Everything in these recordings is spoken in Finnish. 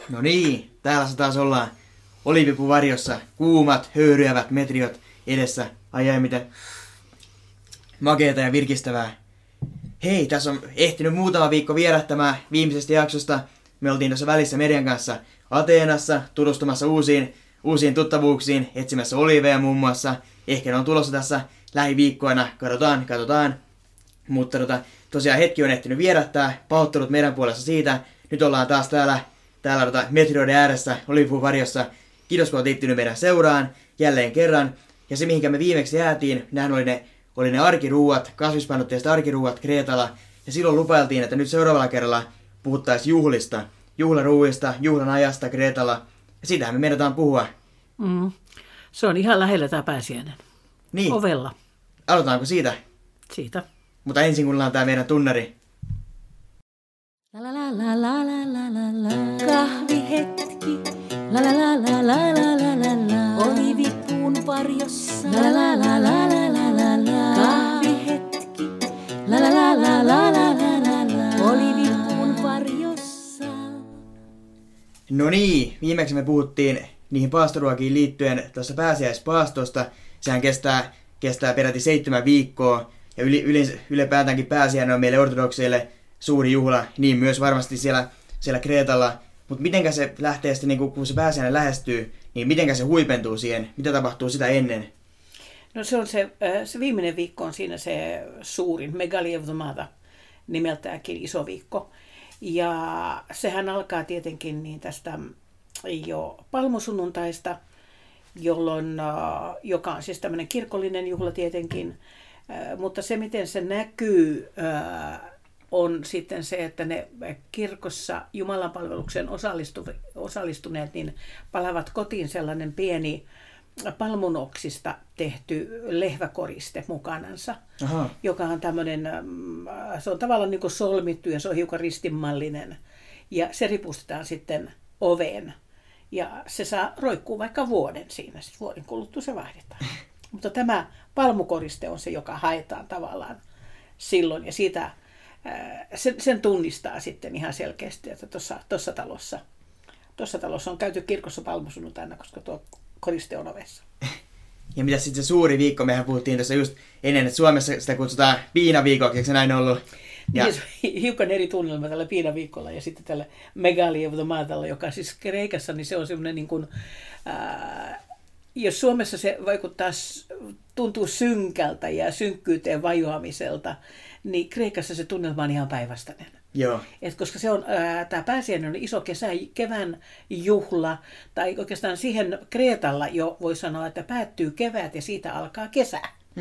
No niin, täällä se taas ollaan oliivipuun varjossa. Kuumat, höyryävät metriot edessä. Ai miten makeeta ja virkistävää. Hei, tässä on ehtinyt muutama viikko vierähtämään viimeisestä jaksosta. Me oltiin tuossa välissä Merjan kanssa Ateenassa tutustumassa uusiin tuttavuuksiin, etsimässä oliiveja muun muassa. Ehkä ne on tulossa tässä lähiviikkoina, katsotaan. Mutta tosiaan hetki on ehtinyt vierähtää, pahoittelut meidän puolesta siitä. Nyt ollaan taas täällä metrioiden ääressä, oliivipuun varjossa. Kiitos kun olet liittynyt meidän seuraan jälleen kerran. Ja se mihinkä me viimeksi jäätiin, nehän oli ne arkiruuat, kasvispainotteiset arkiruuat Kreetalla. Ja silloin lupailtiin, että nyt seuraavalla kerralla puhuttaisiin juhlista, juhlaruuista, juhlan ajasta Kreetalla. Ja siitähän me meinataan puhua. Se on ihan lähellä tämä pääsiäinen. Niin. Ovella. Aloitetaanko siitä? Siitä. Mutta ensin kuunnellaan tämä meidän tunnari. La la la la la la la la. Kahvihetki. La la la la la la la la la. Oliivipuun varjossa. La la la la la la la la. Kahvihetki. La la la la la la la la la. Oliivipuun varjossa. No niin, viimeksi me puhuttiin niihin paastoruokiin liittyen tuossa pääsiäispaastosta. Sehän kestää peräti 7 viikkoa. Ja ylipäätäänkin pääsiäinen on meille ortodokseille suuri juhla, niin myös varmasti siellä Kreetalla. Mutta mitenkä se lähtee sitten, niin kun se pääsiäinen lähestyy, niin mitenkä se huipentuu siihen? Mitä tapahtuu sitä ennen? No se on se viimeinen viikko on siinä se suurin, Megali Evdomada, nimeltäänkin iso viikko. Ja sehän alkaa tietenkin niin tästä jo palmusunnuntaista, joka on siis tämmöinen kirkollinen juhla tietenkin. Mutta se, miten se näkyy, on sitten se, että ne kirkossa Jumalanpalvelukseen osallistuneet niin palavat kotiin sellainen pieni palmunoksista tehty lehväkoriste mukanansa, joka on tämmöinen, se on tavallaan niin kuin solmittu ja se on hiukan ristinmallinen. Ja se ripustetaan sitten oveen ja se saa roikkuu vaikka vuoden siinä, sitten vuoden kuluttua se vaihdetaan. Mutta tämä palmukoriste on se, joka haetaan tavallaan silloin, ja siitä, sen tunnistaa sitten ihan selkeästi, että tuossa talossa on käyty kirkossa palmusunnuntaina, koska tuo koriste on ovessa. Ja mitä sitten se suuri viikko, mehän puhuttiin tuossa just ennen, että Suomessa sitä kutsutaan piinaviikoksi, eikö se näin ollut? Ja niin, hiukan eri tunnelma tällä piinaviikolla ja sitten tällä Megali Evdomadalla, joka siis Kreikassa, niin se on semmoinen niin kuin, jos Suomessa se tuntuu synkältä ja synkkyyteen vajoamiselta, niin Kreikassa se tunnelma on ihan päinvastainen. Joo. Koska se on, tämä pääsiäinen on iso kevään juhla, tai oikeastaan siihen Kreetalla jo voi sanoa, että päättyy kevät ja siitä alkaa kesä.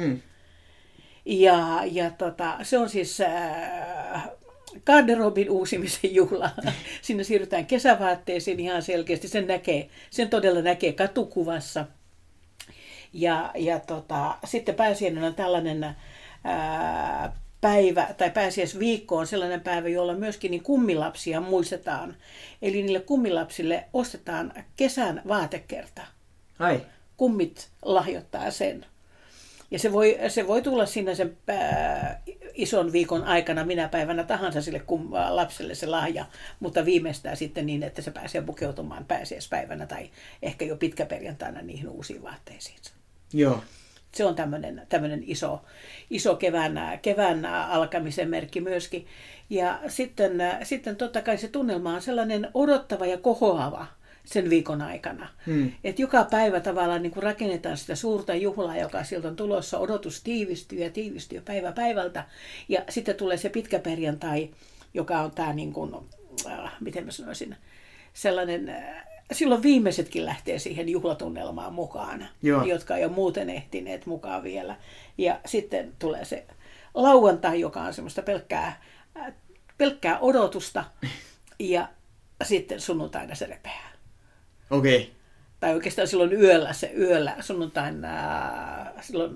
Ja se on siis garderobin uusimisen juhla. Siinä siirrytään kesävaatteisiin ihan selkeästi. Sen todella näkee katukuvassa. Ja sitten pääsiäinen on tällainen päivä, tai pääsiäisviikko on sellainen päivä, jolla myöskin niin kummilapsia muistetaan. Eli niille kummilapsille ostetaan kesän vaatekerta. Ai. Kummit lahjoittaa sen. Ja se voi tulla siinä sen ison viikon aikana minä päivänä tahansa sille lapselle se lahja, mutta viimeistään sitten niin, että se pääsee pukeutumaan pääsiäispäivänä tai ehkä jo pitkäperjantaina niihin uusiin vaatteisiinsa. Joo. Se on tämmöinen iso kevään alkamisen merkki myöskin. Ja sitten totta kai se tunnelma on sellainen odottava ja kohoava sen viikon aikana. Että joka päivä tavallaan niin kuin rakennetaan sitä suurta juhlaa, joka sieltä on tulossa, odotus tiivistyy päivä päivältä. Ja sitten tulee se pitkä perjantai, joka on tämä, niin kuin, miten mä sanoisin, sellainen, silloin viimeisetkin lähtee siihen juhlatunnelmaan mukaan, jotka ei ole muuten ehtineet mukaan vielä. Ja sitten tulee se lauantai, joka on semmoista pelkkää odotusta, ja sitten sunnuntaina se repeää. Okei. Tai oikeastaan silloin yöllä silloin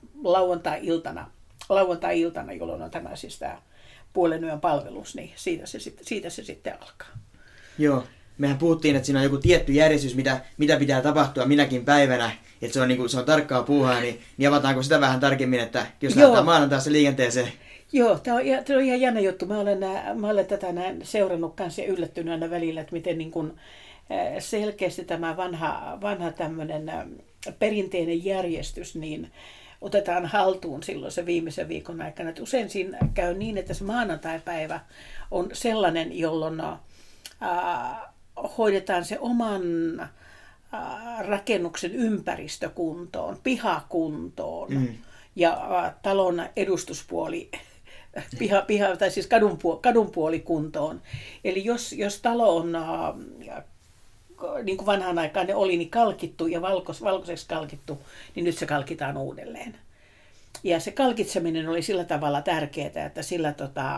lauantai-iltana, jolloin on tämä siis tämä puolen yön palvelus, niin siitä se sitten alkaa. Joo. Mehän puhuttiin, että siinä on joku tietty järjestys, mitä pitää tapahtua minäkin päivänä, että se on tarkkaa puuhaa, niin avataanko sitä vähän tarkemmin, että jos lähdetään maanantaissa liikenteeseen? Joo, tämä on ihan jännä juttu. Mä olen tätä seurannut kanssa ja yllättynyt aina välillä, että miten niin kuin selkeästi tämä vanha tämmöinen perinteinen järjestys niin otetaan haltuun silloin se viimeisen viikon aikana. Että usein siinä käy niin, että se maanantaipäivä on sellainen, jolloin hoidetaan se oman rakennuksen ympäristökuntoon, pihakuntoon ja talon edustuspuoli, tai siis kadunpuoli kuntoon. Eli jos talo on, niin kuin vanhaan aikaan ne oli, niin kalkittu ja valkoiseksi kalkittu, niin nyt se kalkitaan uudelleen. Ja se kalkitseminen oli sillä tavalla tärkeää, että sillä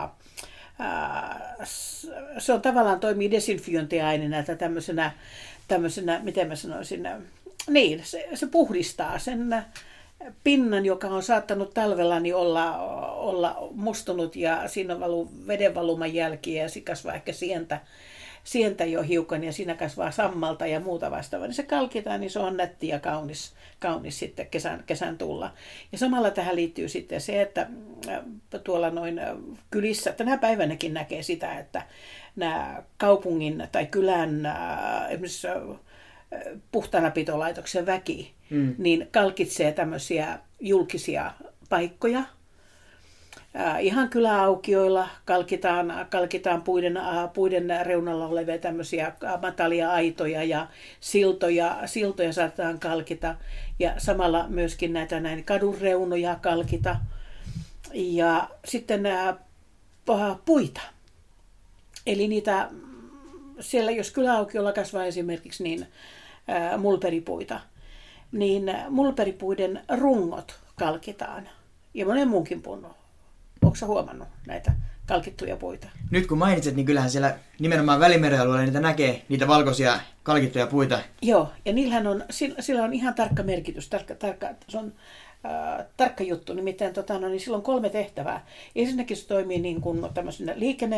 se on tavallaan toimii desinfiointiaineena, että tämmöisenä, miten mä sanoisin, niin, se puhdistaa sen pinnan, joka on saattanut talvella niin olla mustunut ja siinä on vedenvaluman jälkiä ja siinä kasvaa ehkä sientä jo hiukan ja siinä kasvaa sammalta ja muuta vastaavaa. Niin se kalkitaan, niin se on nätti ja kaunis sitten kesän tulla. Ja samalla tähän liittyy sitten se, että tuolla noin kylissä, tänä päivänäkin näkee sitä, että nämä kaupungin tai kylän esimerkiksi puhtaanapitolaitoksen väki, niin kalkitsee tämmöisiä julkisia paikkoja. Ihan kyläaukioilla kalkitaan puiden reunalla olevia tämmöisiä matalia aitoja ja siltoja saatetaan kalkita. Ja samalla myöskin näitä kadun reunoja kalkita. Ja sitten puita. Eli niitä, siellä jos kyläaukiolla kasvaa esimerkiksi niin mulberipuita, niin mulberipuiden rungot kalkitaan. Ja monen muunkin puun. Onko sä huomannut näitä kalkittuja puita? Nyt kun mainitset, niin kyllähän siellä nimenomaan Välimeren alueella niitä näkee, niitä valkoisia kalkittuja puita. Joo, ja sillä on ihan tarkka merkitys, se on tarkka juttu. Nimittäin niin sillä on 3 tehtävää. Ensinnäkin se toimii niin kuin tämmöisenä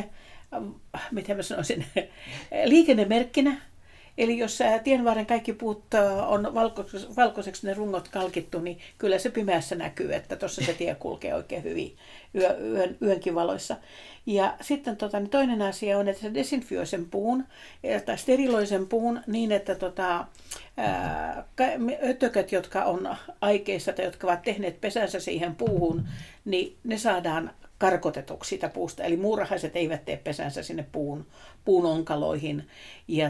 liikennemerkkinä. Eli jos tienvarren kaikki puut on valkoiseksi ne rungot kalkittu, niin kyllä se pimeässä näkyy, että tuossa se tie kulkee oikein hyvin yönkin valoissa. Ja sitten niin toinen asia on, että se desinfioi sen puun tai steriloi sen puun niin, että ötököt, jotka on aikeissa tai jotka ovat tehneet pesänsä siihen puuhun, niin ne saadaan karkotetuksi siitä puusta. Eli muurahaiset eivät tee pesänsä sinne puun onkaloihin. Ja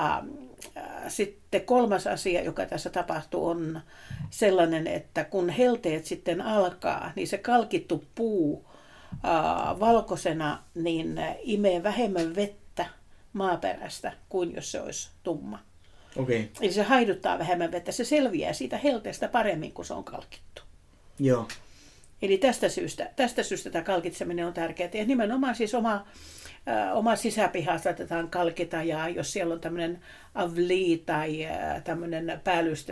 sitten 3. asia, joka tässä tapahtuu, on sellainen, että kun helteet sitten alkaa, niin se kalkittu puu valkoisena niin imee vähemmän vettä maaperästä kuin jos se olisi tumma. Okay. Eli se haiduttaa vähemmän vettä. Se selviää siitä helteestä paremmin, kun se on kalkittu. Joo. Eli tästä syystä tämä kalkitseminen on tärkeää. Ja nimenomaan siis oma sisäpiha saatetaan kalkita, ja jos siellä on tämmöinen avli tai tämmöinen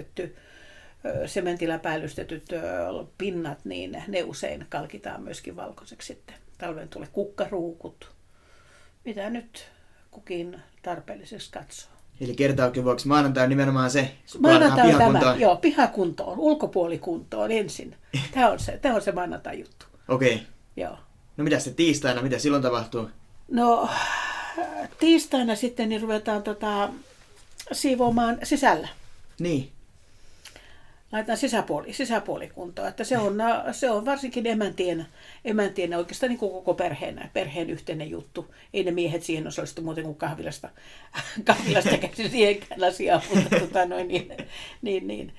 sementillä päällystetyt pinnat, niin ne usein kalkitaan myöskin valkoiseksi sitten. Talven tulee kukkaruukut, mitä nyt kukin tarpeelliseksi katsoo. Eli kertauksien vuoksi maanantai on nimenomaan se, kun maanantai on tämä, joo, pihakuntoon, ulkopuolikuntoon ensin. Tämä on se maanantai juttu. Okei. Okay. Joo. No mitä sitten tiistaina, mitä silloin tapahtuu? No tiistaina sitten niin ruvetaan siivoamaan sisällä. Niin. Laitetaan sisäpuolikuntoon, että se on varsinkin emäntien oikeastaan niin kuin koko perheen yhteinen juttu. Ei ne miehet siihen osallistu muuten kuin kahvilasta käsin siihenkään asiaan, mutta niin.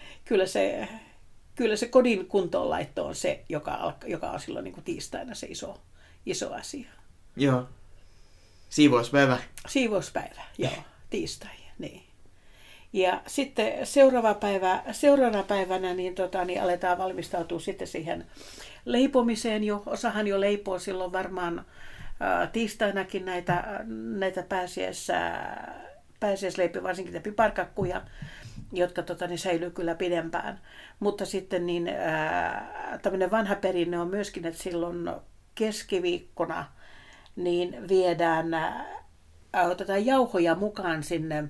Kyllä se kodin kuntoonlaitto on se, joka on silloin niin kuin tiistaina se iso asia. Joo. Siivouspäivä. Siivouspäivä, joo, tiistai, niin. Ja sitten seuraavana päivänä niin aletaan valmistautua sitten siihen leipomiseen jo. Osahan jo leipoo silloin varmaan tiistainakin näitä pääsiäisleipiä, varsinkin ne piparkakkuja, jotka säilyy kyllä pidempään. Mutta sitten niin tämmöinen vanha perinne on myöskin, että silloin keskiviikkona niin otetaan jauhoja mukaan sinne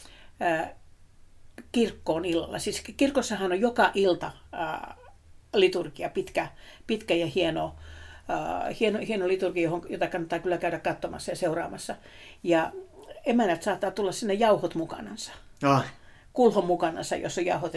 kirkkoon illalla. Siis kirkossahan on joka ilta liturgia, pitkä ja hieno hieno liturgia, jota kannattaa kyllä käydä katsomassa ja seuraamassa. Ja emännät saattaa tulla sinne jauhot mukanansa. Kulhon mukanansa, jos on jauhot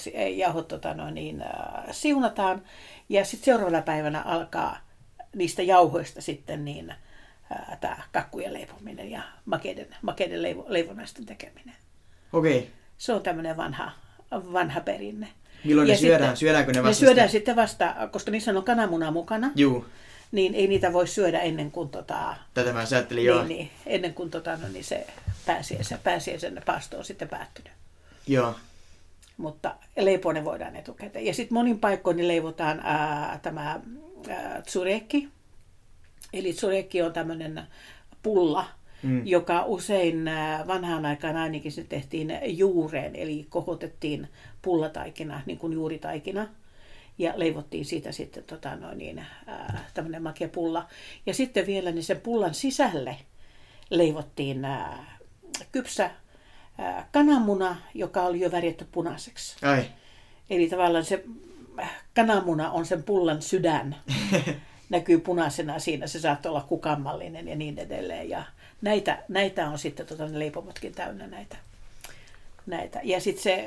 siunataan. Ja sitten seuraavana päivänä alkaa niistä jauhoista sitten tämä kakkujen leipominen ja makeiden leivonnaisten tekeminen. Okei. Se on tämmöinen vanha perinne. Milloin ne syödään? Syödäänkö ne vasta? Ne syödään sitten vasta, koska niissä on kananmuna mukana. Juu. Niin ei niitä voi syödä ennen kuin Tätä mä ajattelin, joo. Niin, ennen kuin se pääsiäisen paasto on sitten päättynyt. Joo. Mutta leipoa ne voidaan etukäteen. Ja sitten monin paikkoin niin leivotaan tämä tsurekki. Eli tsurekki on tämmöinen pulla, joka usein vanhaan aikaan ainakin se tehtiin juureen, eli kohotettiin pullataikina, niin kuin juuritaikina, ja leivottiin siitä sitten tämmöinen makea pulla. Ja sitten vielä niin sen pullan sisälle leivottiin kypsä kananmuna, joka oli jo värjätty punaiseksi. Ai. Eli tavallaan se kananmuna on sen pullan sydän. Näkyy punaisena siinä, se saattaa olla kukanmallinen ja niin edelleen. Ja näitä on sitten ne leipomotkin täynnä näitä. Ja sitten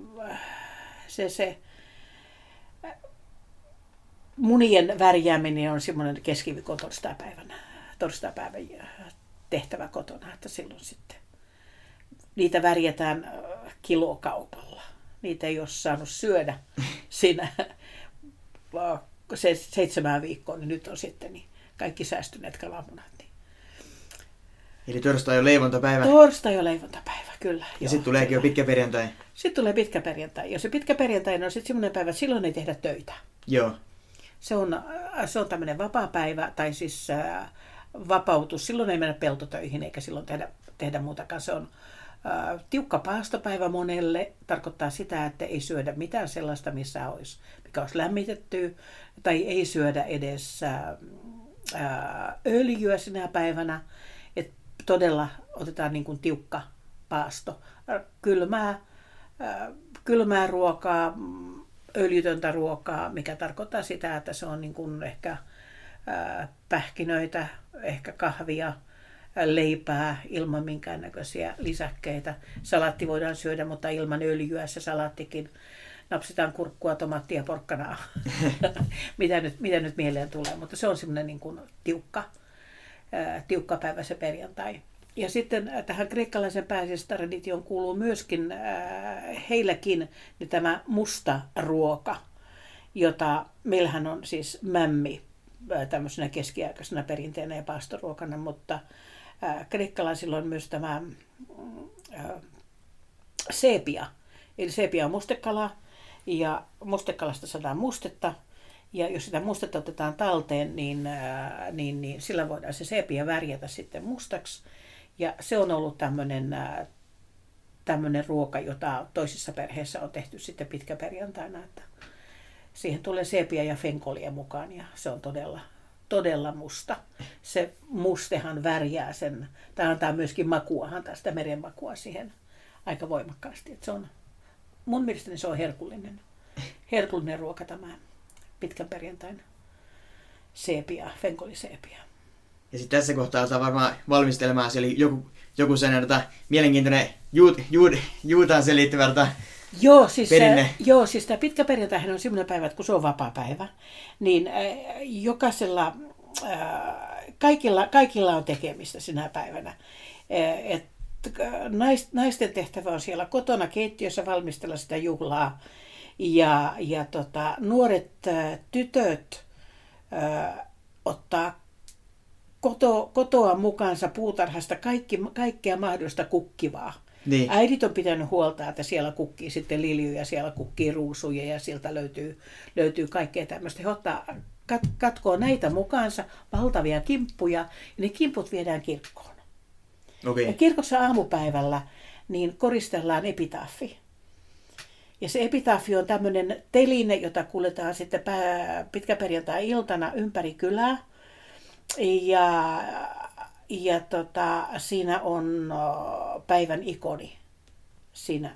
se munien värjääminen on semmoinen keskiviikon torstaipäivän tehtävä kotona, että silloin sitten niitä värjätään kilokaupalla. Niitä ei ole saanut syödä siinä 7 viikkoa, niin nyt on sitten kaikki säästyneet kananmunat. Eli torstai on leivontapäivä? Torstai on leivontapäivä, kyllä. Ja sitten tuleekin jo pitkä perjantai? Sitten tulee pitkä perjantai. Ja se pitkä perjantai on sitten semmoinen päivä, että silloin ei tehdä töitä. Joo. Se on tämmöinen vapaa-päivä, tai siis vapautus. Silloin ei mennä peltotöihin, eikä silloin tehdä muutakaan. Se on tiukka paastopäivä monelle. Tarkoittaa sitä, että ei syödä mitään sellaista, mikä olisi lämmitetty, tai ei syödä edes öljyä sinä päivänä. Et todella otetaan niin kuin tiukka paasto. Kylmää ruokaa, öljytöntä ruokaa, mikä tarkoittaa sitä, että se on niin kuin ehkä pähkinöitä, ehkä kahvia, leipää ilman minkäännäköisiä lisäkkeitä. Salaatti voidaan syödä, mutta ilman öljyä se salaattikin. Napsitaan kurkkua, tomaattia, porkkanaa, mitä nyt mieleen tulee. Mutta se on semmoinen niin kuin tiukka päivä se perjantai. Ja sitten tähän kreikkalaisen pääsiäistraditioon kuuluu myöskin heilläkin tämä musta ruoka, jota meillähän on siis mämmi tämmöisenä keskiaikaisena perinteenä ja paastoruokana, mutta kreikkalaisilla on myös tämä sepia. Eli sepia on mustekala ja mustekalasta saadaan mustetta. Ja jos sitä mustetta otetaan talteen, niin sillä voidaan se sepia värjätä sitten mustaksi. Ja se on ollut tämmöinen ruoka, jota toisissa perheissä on tehty sitten pitkäperjantaina. Että siihen tulee sepia ja fenkolia mukaan ja se on todella musta. Se mustehan värjää sen, tai antaa myöskin makuahan, tästä merenmakua siihen aika voimakkaasti. Että se on, mun mielestäni se on herkullinen ruoka tämä pitkän perjantain sepia, fenkoliseepia. Ja sitten tässä kohtaa aletaan varmaan valmistelemaan, eli joku sen mielenkiintoinen juutaan liittyvä perinne. Siis tämä pitkä perjantai on sellainen päivä, että kun se on vapaa päivä, niin jokaisella, kaikilla on tekemistä sinä päivänä. Naisten tehtävä on siellä kotona keittiössä valmistella sitä juhlaa. Ja nuoret tytöt ottaa kotoa mukaansa puutarhasta kaikkea mahdollista kukkivaa. Niin. Äidit on pitänyt huolta, että siellä kukkii sitten liljuja, siellä kukkii ruusuja ja sieltä löytyy kaikkea tämmöistä. He katkoo näitä mukaansa, valtavia kimppuja, ja ne kimput viedään kirkkoon. Okay. Ja kirkossa aamupäivällä niin koristellaan epitaafi. Ja se epitaafi on tämmöinen teline, jota kuljetaan sitten pitkäperjantai-iltana ympäri kylää. Ja siinä on päivän ikoni siinä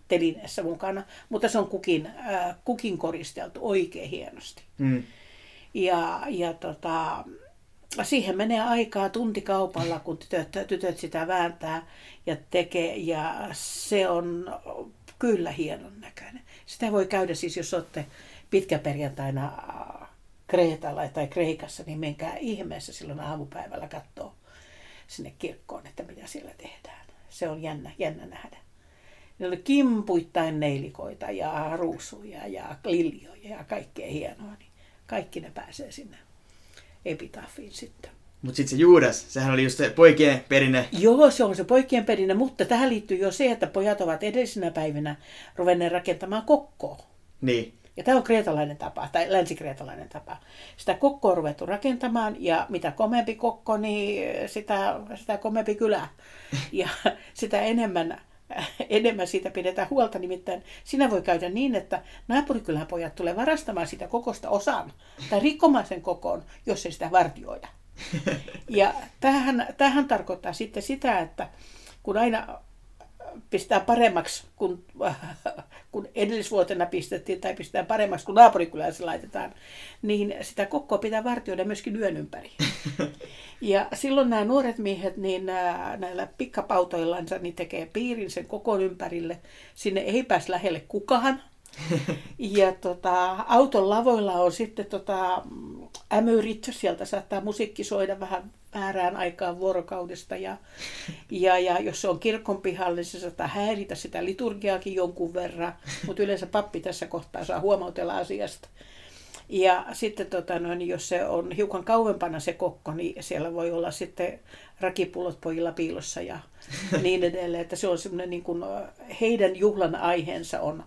telineessä mukana, mutta se on kukin koristeltu oikein hienosti. Siihen menee aikaa tuntikaupalla, kun tytöt sitä vääntää ja tekee, ja se on kyllä hienon näköinen. Sitä voi käydä siis, jos olette pitkäperjantaina Kreetalla tai Kreikassa, niin menkää ihmeessä silloin aamupäivällä katsoo sinne kirkkoon, että mitä siellä tehdään. Se on jännä nähdä. Ne oli kimpuittain neilikoita ja ruusuja ja liljoja ja kaikkea hienoa, niin kaikki ne pääsee sinne epitafiin sitten. Mutta sitten se Juudas, sehän oli just se poikien perinne. Joo, se on se poikien perinne, mutta tähän liittyy jo se, että pojat ovat edellisinä päivinä ruvenneet rakentamaan kokkoa. Niin. Ja tämä on kreetalainen tapa, tai länsikreetalainen tapa. Sitä kokkoa on ruvettu rakentamaan, ja mitä komeampi kokko, niin sitä komeampi kylä. Ja sitä enemmän siitä pidetään huolta, nimittäin siinä voi käydä niin, että naapurikylän pojat tulee varastamaan sitä kokosta osan, tai rikkomaan sen kokoon, jos ei sitä vartioida. Ja tämähän tarkoittaa sitten sitä, että kun aina pistää paremmaksi, kun edellisvuotena pistettiin, tai pistää paremmaksi, kun naapurikylään se laitetaan, niin sitä kokkoa pitää vartioida myöskin yön ympäri. Ja silloin nämä nuoret miehet, niin näillä pikkapautoillansa, niin tekee piirin sen kokon ympärille. Sinne ei pääs lähelle kukaan. Ja auton lavoilla on sitten ämyrit, sieltä saattaa musiikki soida vähän väärään aikaan vuorokaudesta. Ja jos se on kirkon pihalla, niin se saattaa häiritä sitä liturgiaakin jonkun verran, mutta yleensä pappi tässä kohtaa saa huomautella asiasta. Ja sitten jos se on hiukan kauempana se kokko, niin siellä voi olla sitten rakipullot pojilla piilossa ja niin edelleen. Että se on semmoinen niin kuin heidän juhlan aiheensa on,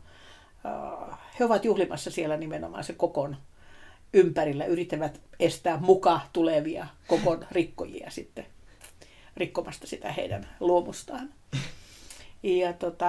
he ovat juhlimassa siellä nimenomaan se kokon ympärillä, yrittävät estää mukaan tulevia kokon rikkojia sitten rikkomasta sitä heidän luomustaan. Ja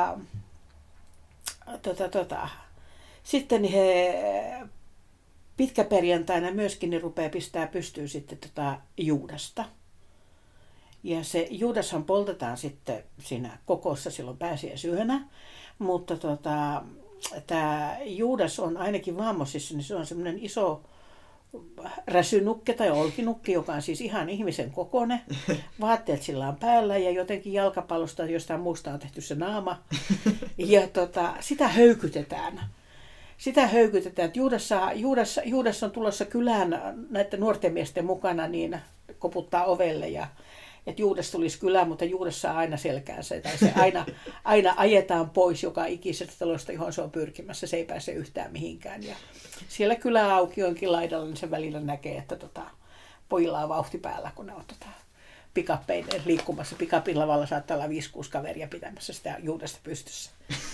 sitten he pitkäperjantaina myöskin ne rupeaa pistää pystyyn sitten Juudasta. Ja se Juudashan poltetaan sitten siinä kokossa silloin pääsiäisyönä, mutta tämä Juudas on ainakin Vammosissa, niin se on semmoinen iso räsynukke tai olkinukke, joka on siis ihan ihmisen kokoinen. Vaatteet sillä on päällä ja jotenkin jalkapallosta jostain muusta on tehty se naama. Ja sitä höykytetään. Että Juudas on tulossa kylään näiden nuorten miesten mukana, niin koputtaa ovelle ja että Juudas tulisi kylään, mutta Juudas saa aina selkäänsä. Tai se aina ajetaan pois joka ikisestä talosta, johon se on pyrkimässä. Se ei pääse yhtään mihinkään. Ja siellä kyläaukionkin laidalla, niin se välillä näkee, että pojilla on vauhti päällä, kun ne on pikappeinen liikkumassa. Pikapin lavalla saattaa olla 5-6 kaveria pitämässä sitä Juudasta pystyssä.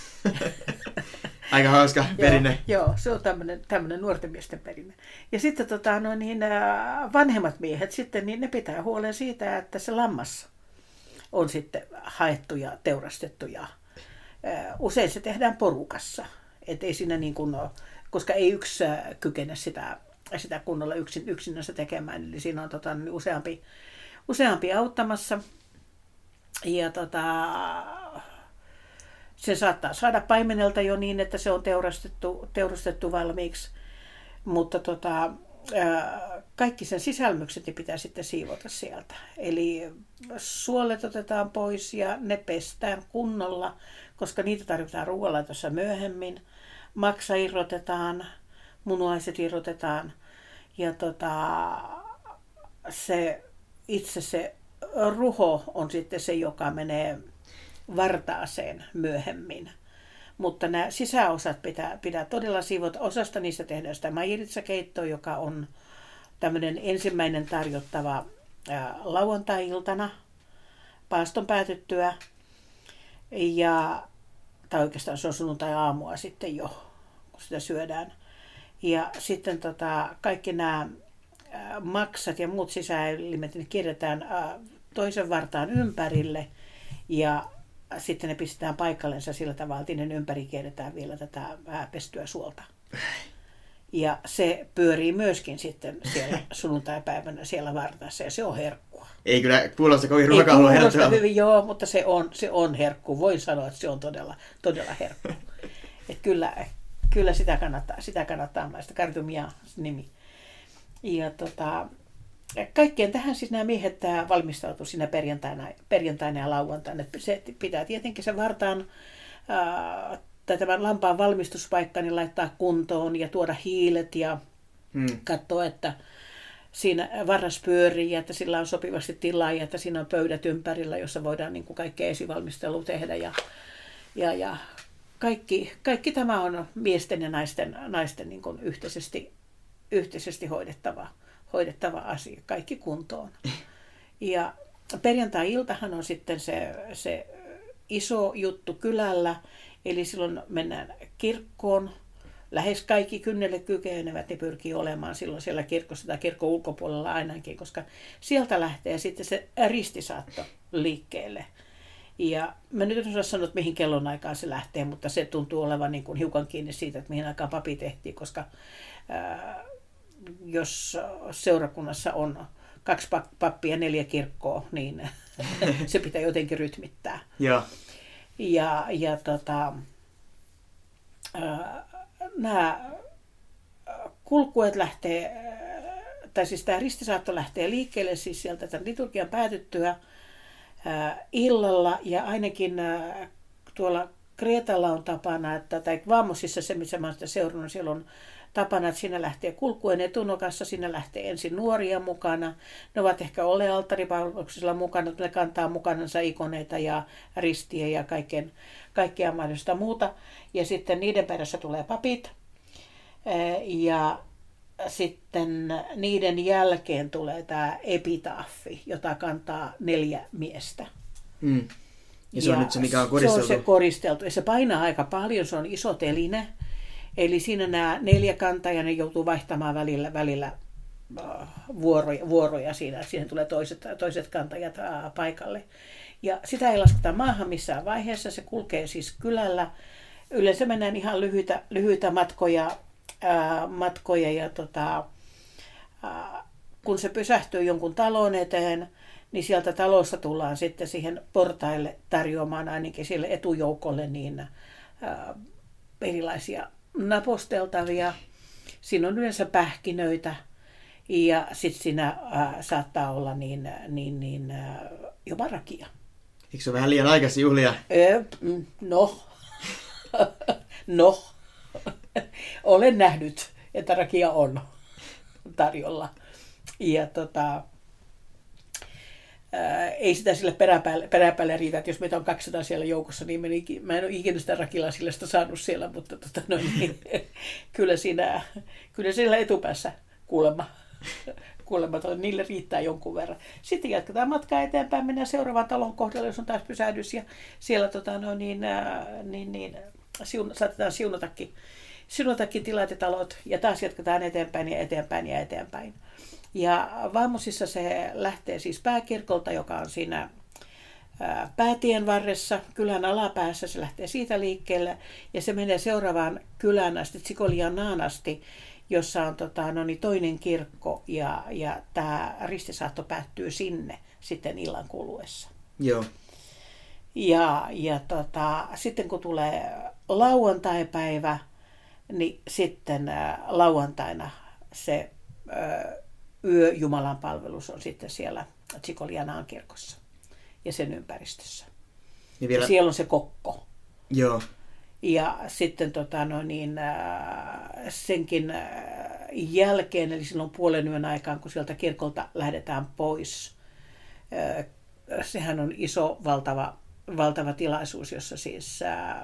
Aika hauska perinne. Joo, se on tämmöinen nuorten miesten perinne. Ja sitten vanhemmat miehet sitten, niin ne pitää huolen siitä, että se lammas on sitten haettu ja teurastettu. Ja usein se tehdään porukassa. Et ei siinä niin kuin, koska ei yksi kykene sitä kunnolla yksinänsä tekemään. Eli siinä on useampi auttamassa. Ja se saattaa saada paimenelta jo niin, että se on teurastettu valmiiksi, mutta kaikki sen sisälmykset niin pitää sitten siivota sieltä. Eli suolet otetaan pois ja ne pestään kunnolla, koska niitä tarvitaan ruoanlaitossa myöhemmin. Maksa irrotetaan, munuaiset irrotetaan ja se ruho on sitten se, joka menee vartaaseen myöhemmin. Mutta nämä sisäosat pitää todella siivota. Osasta niistä tehdään sitä majiritsakeittoa, joka on tämmöinen ensimmäinen tarjottava lauantai-iltana paaston päätyttyä. Tai oikeastaan se on sunnuntai-aamua sitten jo, kun sitä syödään. Ja sitten kaikki nämä maksat ja muut sisäelimet niin kierretään toisen vartaan ympärille ja sitten ne pistetään paikallensa sillä tavalla, että ne ympäri kierretään vielä tätä pestyä suolta. Ja se pyörii myöskin sitten siellä sunnuntaipäivänä siellä vartaassa ja se on herkkua. Ei kyllä kuulosta kovin ruokahalua herättävältä. Hyvin, joo, mutta se on herkku. Voin sanoa, että se on todella herkku. Et kyllä sitä kannattaa maista. Kartumia nimi. Ja kaikkeen tähän siis nämä miehet valmistautuu siinä perjantaina ja lauantaina. Se pitää tietenkin se vartaan tai tämän lampaan valmistuspaikka niin laittaa kuntoon ja tuoda hiilet ja katsoa, että siinä varras pyörii ja että sillä on sopivasti tilaa ja että siinä on pöydät ympärillä, jossa voidaan niin kuin kaikkea esivalmistelua tehdä. Ja kaikki tämä on miesten ja naisten niin kuin yhteisesti hoidettava asia, kaikki kuntoon. Ja perjantai-iltahan on sitten se iso juttu kylällä, eli silloin mennään kirkkoon. Lähes kaikki kynnelle kykenevät ne pyrkii olemaan silloin siellä kirkossa tai kirkon ulkopuolella ainakin, koska sieltä lähtee sitten se ristisaatto liikkeelle. Ja mä nyt en osaa sanoa, että mihin kellonaikaan se lähtee, mutta se tuntuu olevan niin kuin hiukan kiinni siitä, että mihin aikaan papi tehtiin, koska jos seurakunnassa on 2 pappia ja 4 kirkkoa, niin se pitää jotenkin rytmittää. Joo. Ja nämä kulkueet lähtee, tai siis tämä ristisaatto lähtee liikkeelle siis sieltä tämän liturgian päätyttyä illalla, ja ainakin tuolla Kreetalla on tapana, tai Vaamosissa se, missä mä olen sitä seurannut, siellä on tapana, että siinä lähtee kulkueen etunokassa, siinä lähtee ensin nuoria mukana. Ne ovat ehkä olleet alttaripalveluksella mukana, ne kantaa mukanansa ikoneita ja ristiä ja kaikkea mahdollista muuta. Ja sitten niiden perässä tulee papit. Ja sitten niiden jälkeen tulee tämä epitaafi, jota kantaa 4 miestä. Ja se on nyt se, mikä on koristeltu. Se on se koristeltu. Ja se painaa aika paljon, se on iso teline. Eli siinä nämä 4 kantajaa, ne joutuu vaihtamaan välillä vuoroja siinä. Siihen tulee toiset kantajat paikalle. Ja sitä ei lasketa maahan missään vaiheessa. Se kulkee siis kylällä. Yleensä mennään ihan lyhyitä matkoja ja kun se pysähtyy jonkun talon eteen, niin sieltä talosta tullaan sitten siihen portaille tarjoamaan ainakin sille etujoukolle niin erilaisia naposteltavia. Siinä on yleensä pähkinöitä ja sitten siinä saattaa olla jopa rakia. Eikö se ole vähän liian aikaisin juhlia? No. Olen nähnyt, että rakia on tarjolla. Ja ei sitä sille peräpäälle riitä, että jos meitä on 200 siellä joukossa, niin mä en ole ikinä sitä rakilasillista saanut siellä, mutta kyllä siinä etupäässä kuulemma niille riittää jonkun verran. Sitten jatketaan matkaa eteenpäin, mennään seuraavaan talon kohdalle, jos on taas pysähdys, ja siellä saatetaan siunatakin tilat ja talot, ja taas jatketaan eteenpäin. Ja Vaamosissa se lähtee siis pääkirkolta, joka on siinä päätien varressa, kylän alapäässä, se lähtee siitä liikkeelle, ja se menee seuraavaan kylään asti, Tsikolianaan asti, jossa on toinen kirkko, ja tämä ristisaatto päättyy sinne sitten illan kuluessa. Joo. Ja sitten kun tulee lauantaipäivä, niin sitten lauantaina se Jumalan palvelus on sitten siellä Tsikolianaan kirkossa ja sen ympäristössä. Ja siellä on se kokko. Joo. Ja sitten senkin jälkeen, eli silloin puolen yön aikaan, kun sieltä kirkolta lähdetään pois, sehän on iso, valtava tilaisuus, jossa siis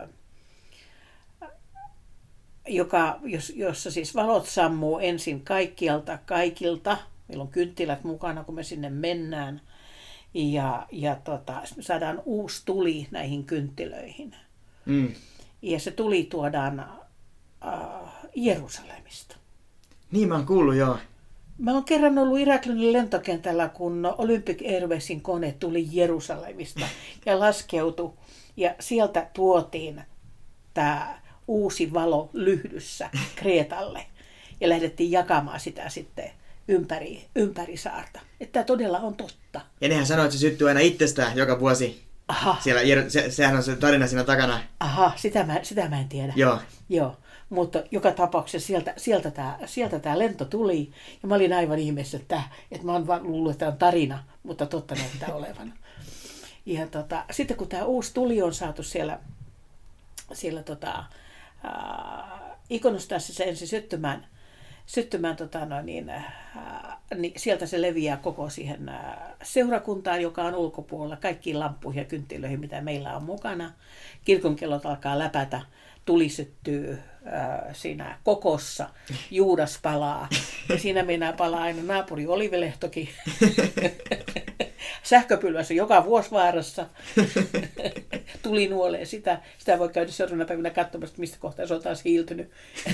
jossa siis valot sammuu ensin kaikilta. Meillä on kynttilät mukana, kun me sinne mennään. Ja saadaan uusi tuli näihin kynttilöihin. Ja se tuli tuodaan Jerusalemista. Niin mä oon kuullut, joo. Mä oon kerran ollut Iraklinin lentokentällä, kun Olympic Airwaysin kone tuli Jerusalemista ja laskeutui. Ja sieltä tuotiin tämä uusi valo lyhdyssä Kreetalle ja lähdettiin jakamaan sitä sitten ympäri saarta. Että tämä todella on totta. Ja nehän sanoo, että se syttyy aina itsestään joka vuosi. Aha. Siellä, sehän on se tarina siinä takana. Aha, sitä mä en tiedä. Joo. Mutta joka tapauksessa sieltä tämä lento tuli. Ja mä olin aivan ihmeessä, että mä oon vaan luullut, että tämä on tarina, mutta totta näyttää olevan. Ja sitten kun tämä uusi tuli on saatu siellä Ikonostassissa ensin syttymään niin sieltä se leviää koko siihen seurakuntaan, joka on ulkopuolella, kaikkiin lamppuihin ja kynttilöihin, mitä meillä on mukana. Kirkonkellot alkaa läpätä, tuli syttyy siinä kokossa, Juudas palaa, ja siinä meinaa palaa aina naapuri Olivelehtokin. Sähköpylväs on joka vuosi vaarassa. Tuli nuoleen sitä voi käydä seuraavana päivänä katsomassa, mistä kohtaa se on taas hiiltynyt.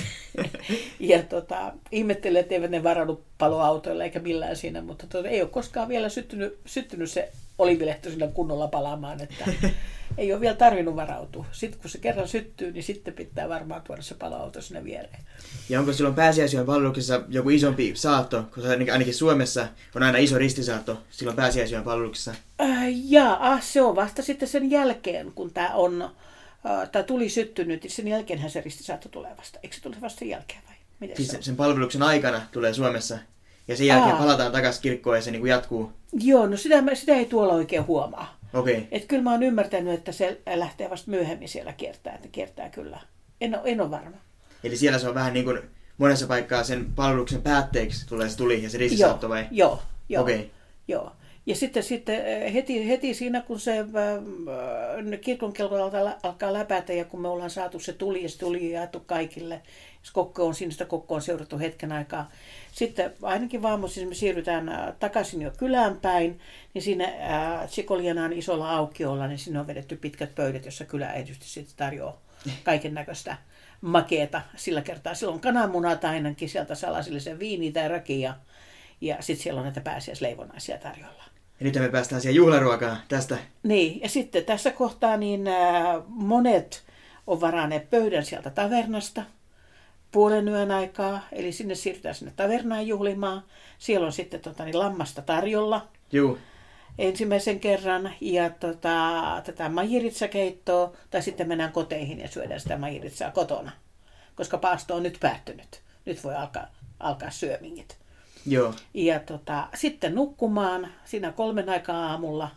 Ja ihmettelee, että eivät ne varaudu paloautoilla eikä millään siinä, mutta ei ole koskaan vielä syttynyt se Olivilehto siinä kunnolla palaamaan, että ei ole vielä tarvinnut varautua. Sitten kun se kerran syttyy, niin sitten pitää varmaan tuoda se paloauto sinne viereen. Ja onko silloin pääsiäisyön palveluksessa joku isompi saatto, koska ainakin Suomessa on aina iso ristisaatto silloin pääsiäisyön palveluksessa? Se on vasta sitten sen jälkeen, kun tämä tuli syttynyt, niin sen jälkeenhän se ristisaatto tulee vasta. Eikö se tule vasta sen jälkeen vai? Miten siis sen palveluksen aikana tulee Suomessa ja sen jälkeen palataan takaisin kirkkoon ja se niin kuin jatkuu? Joo, no sitä ei tuolla oikein huomaa. Okay. Että kyllä mä oon ymmärtänyt, että se lähtee vasta myöhemmin siellä kiertää, että kiertää kyllä. En ole varma. Eli siellä se on vähän niin kuin monessa paikkaa sen palveluksen päätteeksi tulee se tuli ja se ristisaatto vai? Joo. Okay. Joo. Ja sitten heti siinä, kun se kirkonkellot alkaa läpätä ja kun me ollaan saatu se tuli ja se tuli jaettu kaikille, sitä kokkoa on seurattu hetken aikaa. Sitten ainakin aamuisin me siirrytään takaisin jo kylään päin, niin siinä Tsikolianaan isolla aukiolla, niin sinne on vedetty pitkät pöydät, jossa kylä erityisesti sitten tarjoaa kaiken näköistä makeeta. Sillä kertaa silloin kananmunat ainakin, sieltä salasillisen viiniä tai rakia ja sitten siellä on näitä pääsiäisleivonaisia tarjolla. Ja nyt me päästään siihen juhlaruokaan tästä. Niin, ja sitten tässä kohtaa niin monet on varanneet pöydän sieltä tavernasta puolen yön aikaa, eli sinne siirrytään sinne tavernaan juhlimaan. Siellä on sitten lammasta tarjolla. Juu. Ensimmäisen kerran ja tätä majiritsakeittoa, tai sitten mennään koteihin ja syödään sitä majiritsaa kotona, koska paasto on nyt päättynyt. Nyt voi alkaa syömingit. Joo. Ja sitten nukkumaan siinä 3 aikaa aamulla.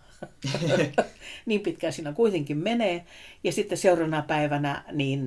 Niin pitkään siinä kuitenkin menee. Ja sitten seuraavana päivänä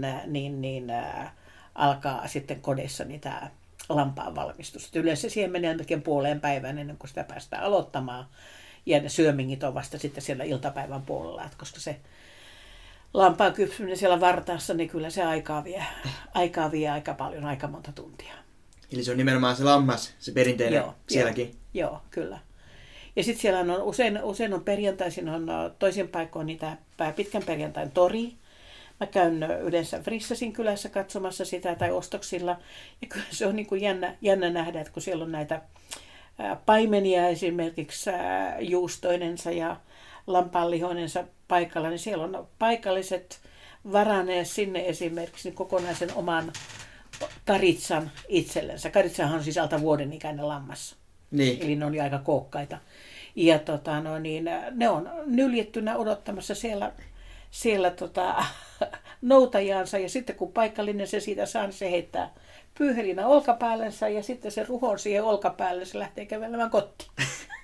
alkaa sitten kodissa niitä lampaan valmistusta. Yleensä siihen menee melkein puoleen päivään ennen kuin sitä päästään aloittamaan. Ja ne syömingit on vasta sitten siellä iltapäivän puolella. Koska se lampaan kypsyminen siellä vartaassa, niin kyllä se aikaa vie aika paljon, aika monta tuntia. Eli se on nimenomaan se lammas, se perinteinen sielläkin. Joo, kyllä. Ja sitten siellä on usein on perjantaisin on toisin paikoin niitä pitkän perjantain tori. Mä käyn yleensä Frissasin kylässä katsomassa sitä tai ostoksilla. Ja kyllä se on niin kuin jännä nähdä, että kun siellä on näitä paimenia esimerkiksi juustoinensa ja lampaanlihoinensa paikalla, niin siellä on paikalliset varanneet sinne esimerkiksi niin kokonaisen oman karitsan itsellensä. Karitsahan on sisältä vuoden ikäinen lammas. Niin. Eli ne on aika kookkaita. Ja ne on nyljettynä odottamassa siellä noutajaansa. Ja sitten kun paikallinen se siitä saa, niin se heittää pyyhelinä olkapäälensä ja sitten se ruhon siihen olkapäälle, se lähtee kävelemään kotiin.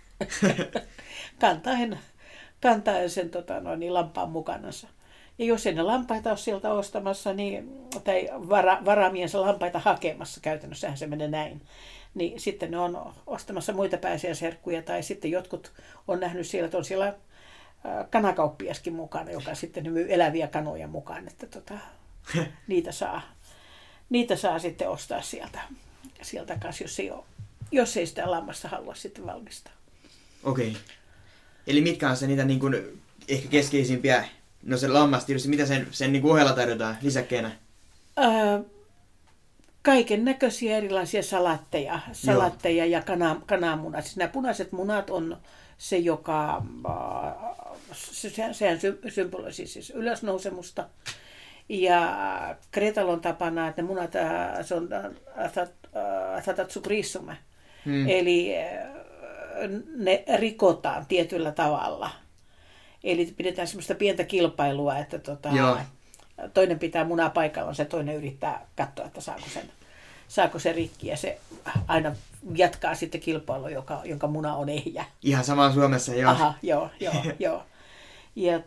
kantaen sen lampaan mukanansa. Ja jos ei ne lampaita ole sieltä ostamassa, tai varaamiensa lampaita hakemassa, käytännössähän se menee näin, niin sitten ne on ostamassa muita pääsiäisherkkuja, tai sitten jotkut on nähnyt siellä, että on siellä kanakauppiaskin mukana, joka sitten myy eläviä kanoja mukaan, että niitä saa sitten ostaa sieltä kanssa, jos ei sitä lammasta halua sitten valmistaa. Okei. Eli mitkä on se niitä niin kuin ehkä keskeisimpiä, no se lammas tietysti, mitä sen niin kuin ohella tarjotaan lisäkkeenä? Kaiken näköisiä erilaisia salatteja ja kananmunat. Siis nämä punaiset munat on se, joka sehän symboloi siis ylösnousemusta. Ja Kreetalla on tapana, että ne munat, se on thatatsukrissume. Eli ne rikotaan tietyllä tavalla. Eli pidetään semmoista pientä kilpailua, että toinen pitää munaa paikallaan, se toinen yrittää katsoa, että saako se rikki. Ja se aina jatkaa sitten kilpailua, jonka muna on ehjä. Ihan sama Suomessa, joo. Aha, joo. Ja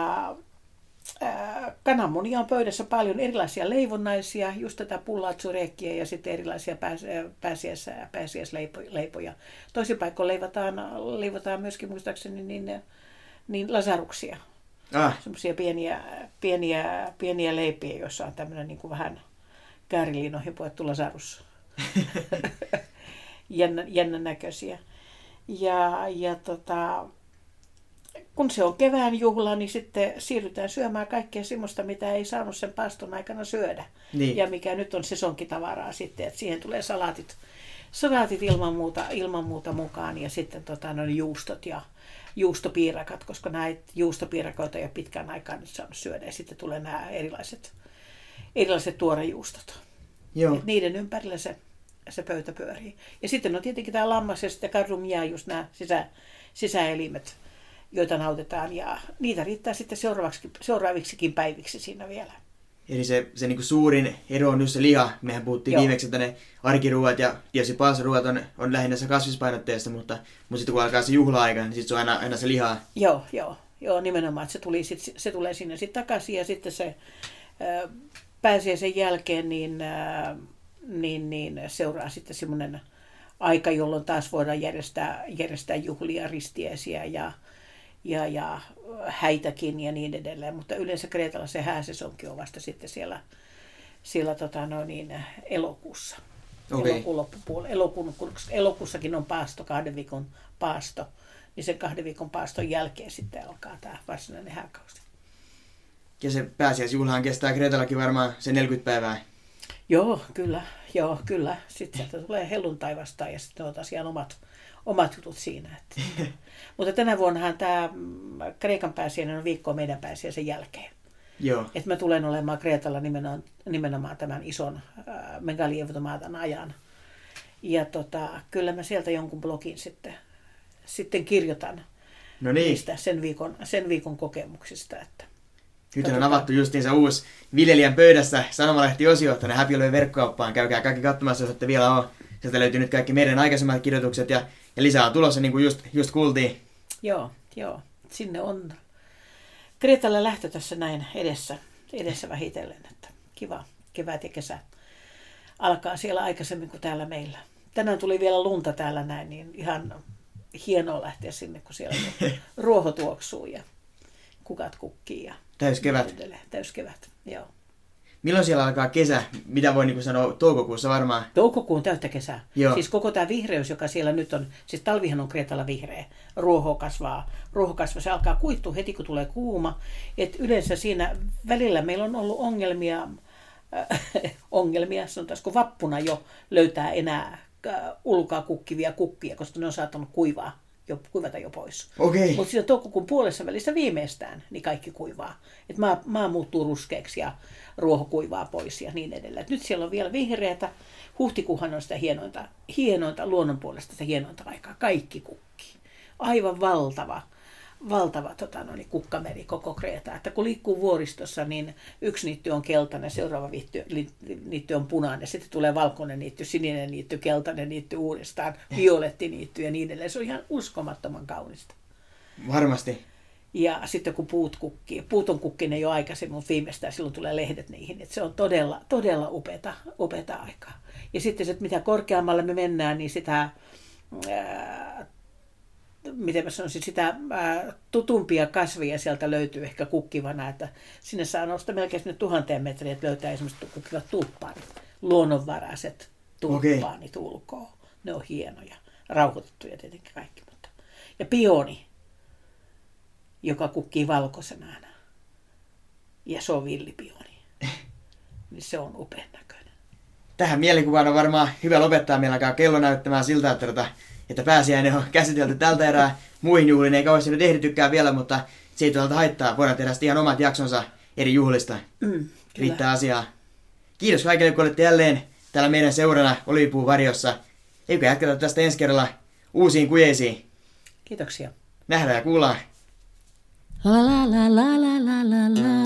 kananmunia on pöydässä paljon erilaisia leivonnaisia, just tätä pullaatsurekkiä ja sitten erilaisia pääsiäisleipoja. Toisin paikoin leivotaan myöskin muistaakseni niin lasaruksia. Semmoisia pieniä leipiä, joissa on tämmöinen niin kuin vähän kääriliinoihin puettu lasarus. Jännän näköisiä. Kun se on kevään juhla, niin sitten siirrytään syömään kaikkea semmoista, mitä ei saanut sen paaston aikana syödä. Niin. Ja mikä nyt on sesonkitavaraa sitten, että siihen tulee salaatit ilman muuta mukaan ja sitten juustot ja juustopiirakat, koska näitä juustopiirakoita ei ole pitkään aikaan nyt saanut syödä. Ja sitten tulee nämä erilaiset tuorejuustot. Joo. Niiden ympärillä se pöytä pyörii. Ja sitten on tietenkin tämä lammas ja sitten karrumia, just nämä sisäelimet, joita nautitaan. Ja niitä riittää sitten seuraaviksikin päiviksi siinä vielä. Eli se niin kuin suurin ero on just se liha. Mehän puhuttiin viimeksi, että ne arkiruuat ja tietysti paastoruuat on lähinnä se kasvispainotteista, mutta sitten kun alkaa se juhla-aika, niin sitten se on aina se liha. Joo, nimenomaan, että se tulee sinne sitten takaisin ja sitten se pääsiäisen jälkeen niin seuraa sitten semmoinen aika, jolloin taas voidaan järjestää juhlia, ristiäisiä ja häitäkin ja niin edelleen, mutta yleensä Kreetalla se hääsesonki on vasta sitten siellä elokuussa. Okay. Elokuun loppupuolella. Elokuussakin on 2 viikon paasto, niin sen 2 viikon paaston jälkeen sitten alkaa tämä varsinainen hääkausi. Ja se pääsiäisjuhlahan kestää Kreetallakin varmaan se 40 päivää. Joo, kyllä. Sitten sieltä tulee helluntai vastaan ja sitten on tosiaan omat jutut siinä. Mutta tänä vuonnahan tämä Kreikan pääsiäinen on viikkoa meidän pääsiäisen jälkeen. Joo. Että mä tulen olemaan Kreetalla nimenomaan tämän ison Megalievtomaatan ajan. Ja kyllä mä sieltä jonkun blogin sitten kirjoitan niistä sen viikon kokemuksista. Että nyt on avattu justiinsa uusi Viljelijän pöydässä sanomalehti-osio tuonne Häpiölöön verkkokauppaan. Käykää kaikki katsomassa, jos ette vielä ole. Sieltä löytyy nyt kaikki meidän aikaisemmat kirjoitukset ja lisää on tulossa, niin kuin just kuultiin. Joo. Sinne on Kreetalle lähtö tässä näin edessä vähitellen. Että kiva, kevät ja kesä alkaa siellä aikaisemmin kuin täällä meillä. Tänään tuli vielä lunta täällä näin, niin ihan hienoa lähteä sinne, kun siellä ruoho tuoksuu ja kukat kukkii. Ja täyskevät. Täyskevät, joo. Milloin siellä alkaa kesä? Mitä voi sanoa toukokuussa varmaan? Toukokuun täyttä kesää. Joo. Siis koko tämä vihreys, joka siellä nyt on, siis talvihan on Kreetalla vihreä, ruoho kasvaa, se alkaa kuittua heti kun tulee kuuma. Et yleensä siinä välillä meillä on ollut ongelmia, sanotaanko vappuna jo löytää enää ulkoa kukkivia kukkia, koska ne on saattanut kuivata jo pois. Okay. Mutta siinä toukokuun puolessa välissä viimeistään niin kaikki kuivaa. Et maa muuttuu ruskeaksi ja ruoho kuivaa pois ja niin edelleen. Et nyt siellä on vielä vihreätä. Huhtikuuhan on sitä hienointa luonnon puolesta sitä hienointa aikaa. Kaikki kukkii. Aivan valtava kukkameri koko Kreeta. Että kun liikkuu vuoristossa, niin yksi niitty on keltainen, seuraava niitty on punainen, sitten tulee valkoinen niitty, sininen niitty, keltainen niitty uudestaan, violetti niitty ja niin edelleen. Se on ihan uskomattoman kaunista. Varmasti. Ja sitten kun puut on kukkineet jo aikaisemmin, mutta viimeistään silloin tulee lehdet niihin. Että se on todella upeata aikaa. Ja sitten että mitä korkeammalle me mennään, niin sitä miten mä sanoisin, sitä tutumpia kasvia sieltä löytyy ehkä kukkivana, että sinne saa nousta melkein sinne 1000 metriä, että löytää esimerkiksi kukkivat tulppaanit, luonnonvaraiset tulppaanit ulkoa. Ne on hienoja, rauhoitettuja tietenkin kaikki. Ja pioni, joka kukkii valkoisena aina, ja se on villipioni, niin se on upean näköinen. Tähän mielikuvaan on varmaan hyvä lopettaa. Meillä alkaa kello näyttämään siltä, että pääsiäinen on käsitelty tältä erää. Muihin juhliin ei kauheasti nyt ehditykään vielä, mutta se ei tuolta haittaa. Voidaan tehdä ihan omat jaksonsa eri juhlista. Riittää asiaa. Kiitos kaikille, kun olette jälleen täällä meidän seurana Olivipuun varjossa. Eikö jatketa tästä ensi kerralla uusiin kujeisiin. Kiitoksia. Nähdään ja kuullaan. La la la la la la la la.